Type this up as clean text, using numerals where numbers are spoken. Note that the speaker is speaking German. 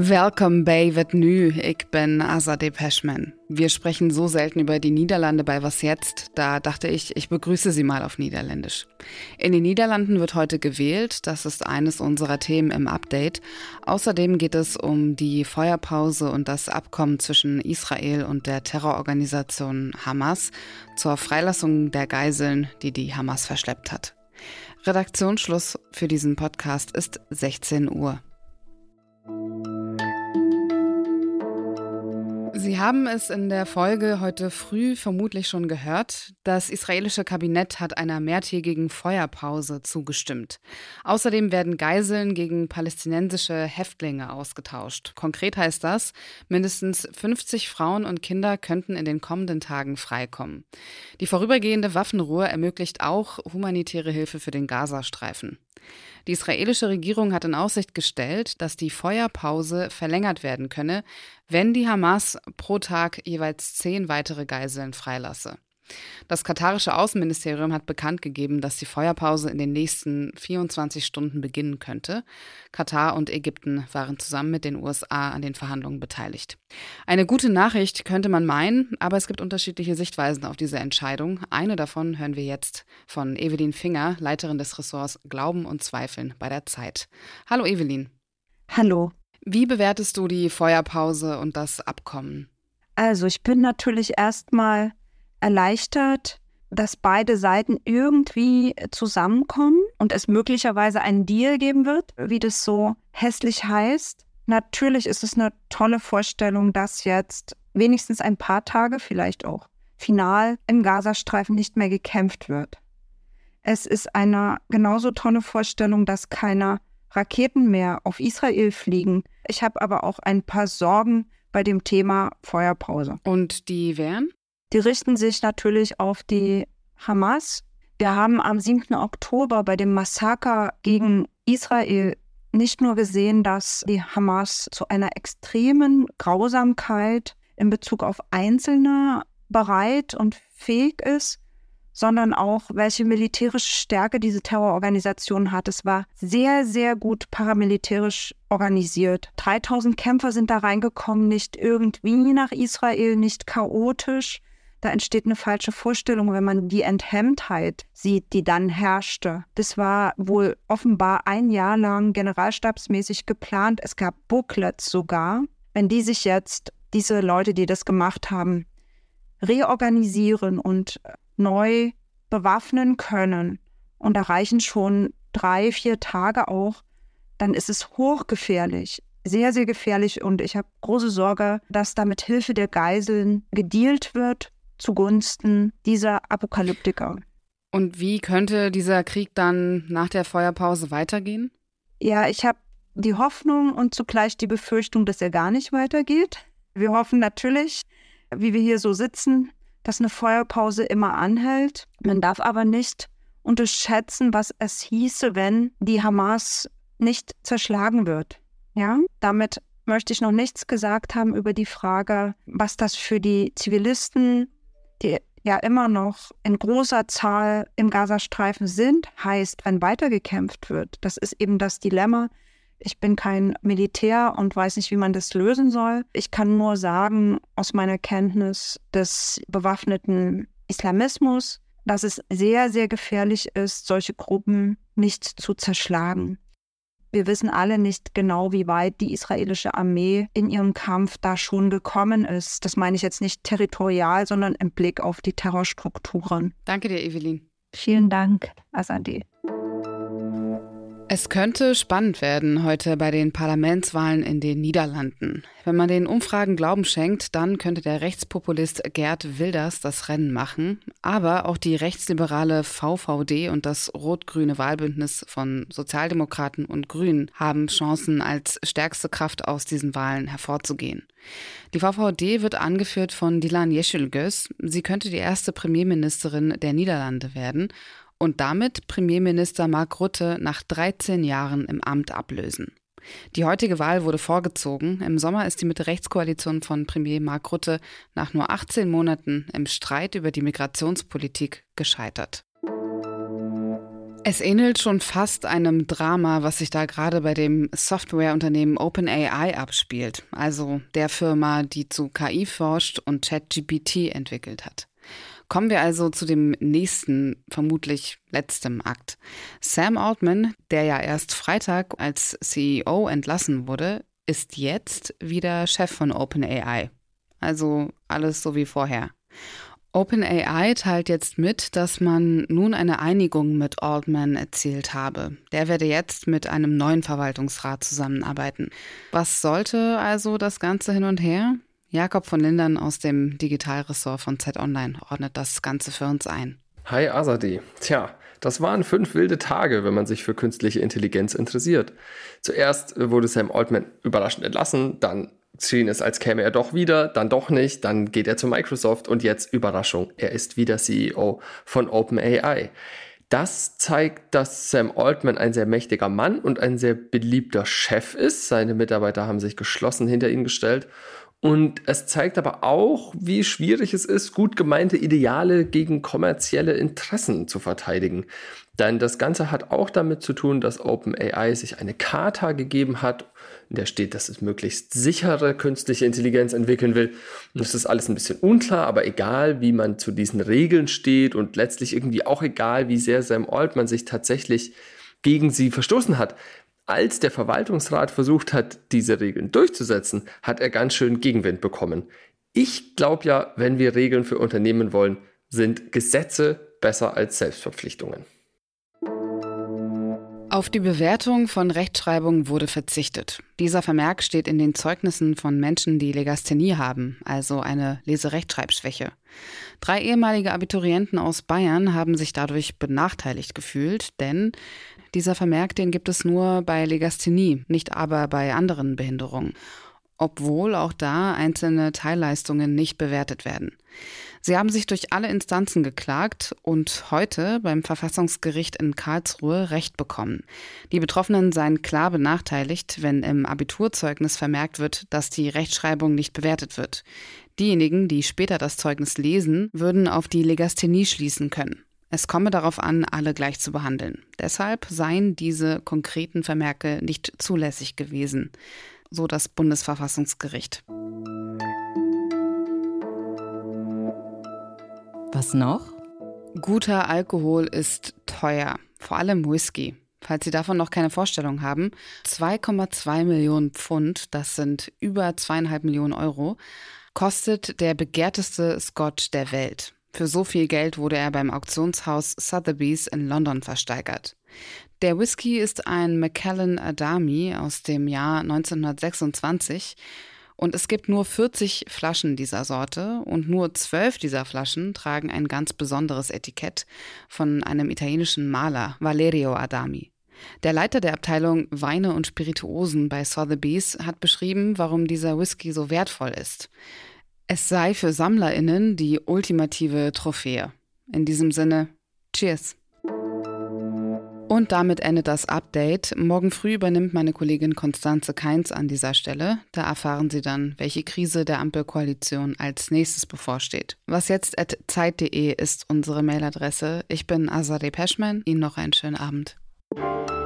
Welkom bij Wat Nu, ich bin Azadeh Peschman. Wir sprechen so selten über die Niederlande bei Was Jetzt, da dachte ich begrüße Sie mal auf Niederländisch. In den Niederlanden wird heute gewählt, das ist eines unserer Themen im Update. Außerdem geht es um die Feuerpause und das Abkommen zwischen Israel und der Terrororganisation Hamas zur Freilassung der Geiseln, die die Hamas verschleppt hat. Redaktionsschluss für diesen Podcast ist 16 Uhr. Sie haben es in der Folge heute früh vermutlich schon gehört. Das israelische Kabinett hat einer mehrtägigen Feuerpause zugestimmt. Außerdem werden Geiseln gegen palästinensische Häftlinge ausgetauscht. Konkret heißt das, mindestens 50 Frauen und Kinder könnten in den kommenden Tagen freikommen. Die vorübergehende Waffenruhe ermöglicht auch humanitäre Hilfe für den Gazastreifen. Die israelische Regierung hat in Aussicht gestellt, dass die Feuerpause verlängert werden könne, wenn die Hamas pro Tag jeweils 10 weitere Geiseln freilasse. Das katarische Außenministerium hat bekannt gegeben, dass die Feuerpause in den nächsten 24 Stunden beginnen könnte. Katar und Ägypten waren zusammen mit den USA an den Verhandlungen beteiligt. Eine gute Nachricht könnte man meinen, aber es gibt unterschiedliche Sichtweisen auf diese Entscheidung. Eine davon hören wir jetzt von Evelyn Finger, Leiterin des Ressorts Glauben und Zweifeln bei der Zeit. Hallo Evelyn. Hallo. Wie bewertest du die Feuerpause und das Abkommen? Also ich bin natürlich erstmal erleichtert, dass beide Seiten irgendwie zusammenkommen und es möglicherweise einen Deal geben wird, wie das so hässlich heißt. Natürlich ist es eine tolle Vorstellung, dass jetzt wenigstens ein paar Tage, vielleicht auch final, im Gazastreifen nicht mehr gekämpft wird. Es ist eine genauso tolle Vorstellung, dass keine Raketen mehr auf Israel fliegen. Ich habe aber auch ein paar Sorgen bei dem Thema Feuerpause. Und die wären? Die richten sich natürlich auf die Hamas. Wir haben am 7. Oktober bei dem Massaker gegen Israel nicht nur gesehen, dass die Hamas zu einer extremen Grausamkeit in Bezug auf Einzelne bereit und fähig ist, sondern auch, welche militärische Stärke diese Terrororganisation hat. Es war sehr, sehr gut paramilitärisch organisiert. 3000 Kämpfer sind da reingekommen, nicht irgendwie nach Israel, nicht chaotisch. Da entsteht eine falsche Vorstellung, wenn man die Enthemmtheit sieht, die dann herrschte. Das war wohl offenbar ein Jahr lang generalstabsmäßig geplant. Es gab Booklets sogar. Wenn die sich jetzt, diese Leute, die das gemacht haben, reorganisieren und neu bewaffnen können und da reichen schon 3-4 Tage auch, dann ist es hochgefährlich. Sehr, sehr gefährlich und ich habe große Sorge, dass da mit Hilfe der Geiseln gedealt wird zugunsten dieser Apokalyptiker. Und wie könnte dieser Krieg dann nach der Feuerpause weitergehen? Ja, ich habe die Hoffnung und zugleich die Befürchtung, dass er gar nicht weitergeht. Wir hoffen natürlich, wie wir hier so sitzen, dass eine Feuerpause immer anhält. Man darf aber nicht unterschätzen, was es hieße, wenn die Hamas nicht zerschlagen wird. Ja, damit möchte ich noch nichts gesagt haben über die Frage, was das für die Zivilisten, die ja immer noch in großer Zahl im Gazastreifen sind, heißt, wenn weitergekämpft wird. Das ist eben das Dilemma. Ich bin kein Militär und weiß nicht, wie man das lösen soll. Ich kann nur sagen, aus meiner Kenntnis des bewaffneten Islamismus, dass es sehr, sehr gefährlich ist, solche Gruppen nicht zu zerschlagen. Wir wissen alle nicht genau, wie weit die israelische Armee in ihrem Kampf da schon gekommen ist. Das meine ich jetzt nicht territorial, sondern im Blick auf die Terrorstrukturen. Danke dir, Evelyn. Vielen Dank, Azadeh. Es könnte spannend werden heute bei den Parlamentswahlen in den Niederlanden. Wenn man den Umfragen Glauben schenkt, dann könnte der Rechtspopulist Geert Wilders das Rennen machen. Aber auch die rechtsliberale VVD und das rot-grüne Wahlbündnis von Sozialdemokraten und Grünen haben Chancen, als stärkste Kraft aus diesen Wahlen hervorzugehen. Die VVD wird angeführt von Dilan Yeşilgöz. Sie könnte die erste Premierministerin der Niederlande werden und damit Premierminister Mark Rutte nach 13 Jahren im Amt ablösen. Die heutige Wahl wurde vorgezogen. Im Sommer ist die Mitte-Rechts-Koalition von Premier Mark Rutte nach nur 18 Monaten im Streit über die Migrationspolitik gescheitert. Es ähnelt schon fast einem Drama, was sich da gerade bei dem Softwareunternehmen OpenAI abspielt, also der Firma, die zu KI forscht und ChatGPT entwickelt hat. Kommen wir also zu dem nächsten, vermutlich letzten Akt. Sam Altman, der ja erst Freitag als CEO entlassen wurde, ist jetzt wieder Chef von OpenAI. Also alles so wie vorher. OpenAI teilt jetzt mit, dass man nun eine Einigung mit Altman erzielt habe. Der werde jetzt mit einem neuen Verwaltungsrat zusammenarbeiten. Was sollte also das Ganze hin und her? Jakob von Lindern aus dem Digitalressort von Z-Online ordnet das Ganze für uns ein. Hi Azadeh. Tja, das waren 5 wilde Tage, wenn man sich für künstliche Intelligenz interessiert. Zuerst wurde Sam Altman überraschend entlassen, dann schien es, als käme er doch wieder, dann doch nicht, dann geht er zu Microsoft und jetzt Überraschung, er ist wieder CEO von OpenAI. Das zeigt, dass Sam Altman ein sehr mächtiger Mann und ein sehr beliebter Chef ist. Seine Mitarbeiter haben sich geschlossen hinter ihn gestellt. Und es zeigt aber auch, wie schwierig es ist, gut gemeinte Ideale gegen kommerzielle Interessen zu verteidigen. Denn das Ganze hat auch damit zu tun, dass OpenAI sich eine Charta gegeben hat, in der steht, dass es möglichst sichere künstliche Intelligenz entwickeln will. Und das ist alles ein bisschen unklar, aber egal, wie man zu diesen Regeln steht und letztlich irgendwie auch egal, wie sehr Sam Altman sich tatsächlich gegen sie verstoßen hat. Als der Verwaltungsrat versucht hat, diese Regeln durchzusetzen, hat er ganz schön Gegenwind bekommen. Ich glaube ja, wenn wir Regeln für Unternehmen wollen, sind Gesetze besser als Selbstverpflichtungen. Auf die Bewertung von Rechtschreibung wurde verzichtet. Dieser Vermerk steht in den Zeugnissen von Menschen, die Legasthenie haben, also eine Leserechtschreibschwäche. 3 ehemalige Abiturienten aus Bayern haben sich dadurch benachteiligt gefühlt, denn dieser Vermerk, den gibt es nur bei Legasthenie, nicht aber bei anderen Behinderungen, obwohl auch da einzelne Teilleistungen nicht bewertet werden. Sie haben sich durch alle Instanzen geklagt und heute beim Verfassungsgericht in Karlsruhe Recht bekommen. Die Betroffenen seien klar benachteiligt, wenn im Abiturzeugnis vermerkt wird, dass die Rechtschreibung nicht bewertet wird. Diejenigen, die später das Zeugnis lesen, würden auf die Legasthenie schließen können. Es komme darauf an, alle gleich zu behandeln. Deshalb seien diese konkreten Vermerke nicht zulässig gewesen, so das Bundesverfassungsgericht. Was noch? Guter Alkohol ist teuer, vor allem Whisky. Falls Sie davon noch keine Vorstellung haben, 2,2 Millionen Pfund, das sind über 2,5 Millionen Euro, kostet der begehrteste Scotch der Welt. Für so viel Geld wurde er beim Auktionshaus Sotheby's in London versteigert. Der Whisky ist ein Macallan Adami aus dem Jahr 1926 und es gibt nur 40 Flaschen dieser Sorte und nur 12 dieser Flaschen tragen ein ganz besonderes Etikett von einem italienischen Maler, Valerio Adami. Der Leiter der Abteilung Weine und Spirituosen bei Sotheby's hat beschrieben, warum dieser Whisky so wertvoll ist. Es sei für SammlerInnen die ultimative Trophäe. In diesem Sinne, Cheers! Und damit endet das Update. Morgen früh übernimmt meine Kollegin Konstanze Kainz an dieser Stelle. Da erfahren Sie dann, welche Krise der Ampelkoalition als nächstes bevorsteht. wasjetzt@zeit.de ist unsere Mailadresse. Ich bin Azadeh Peschman. Ihnen noch einen schönen Abend.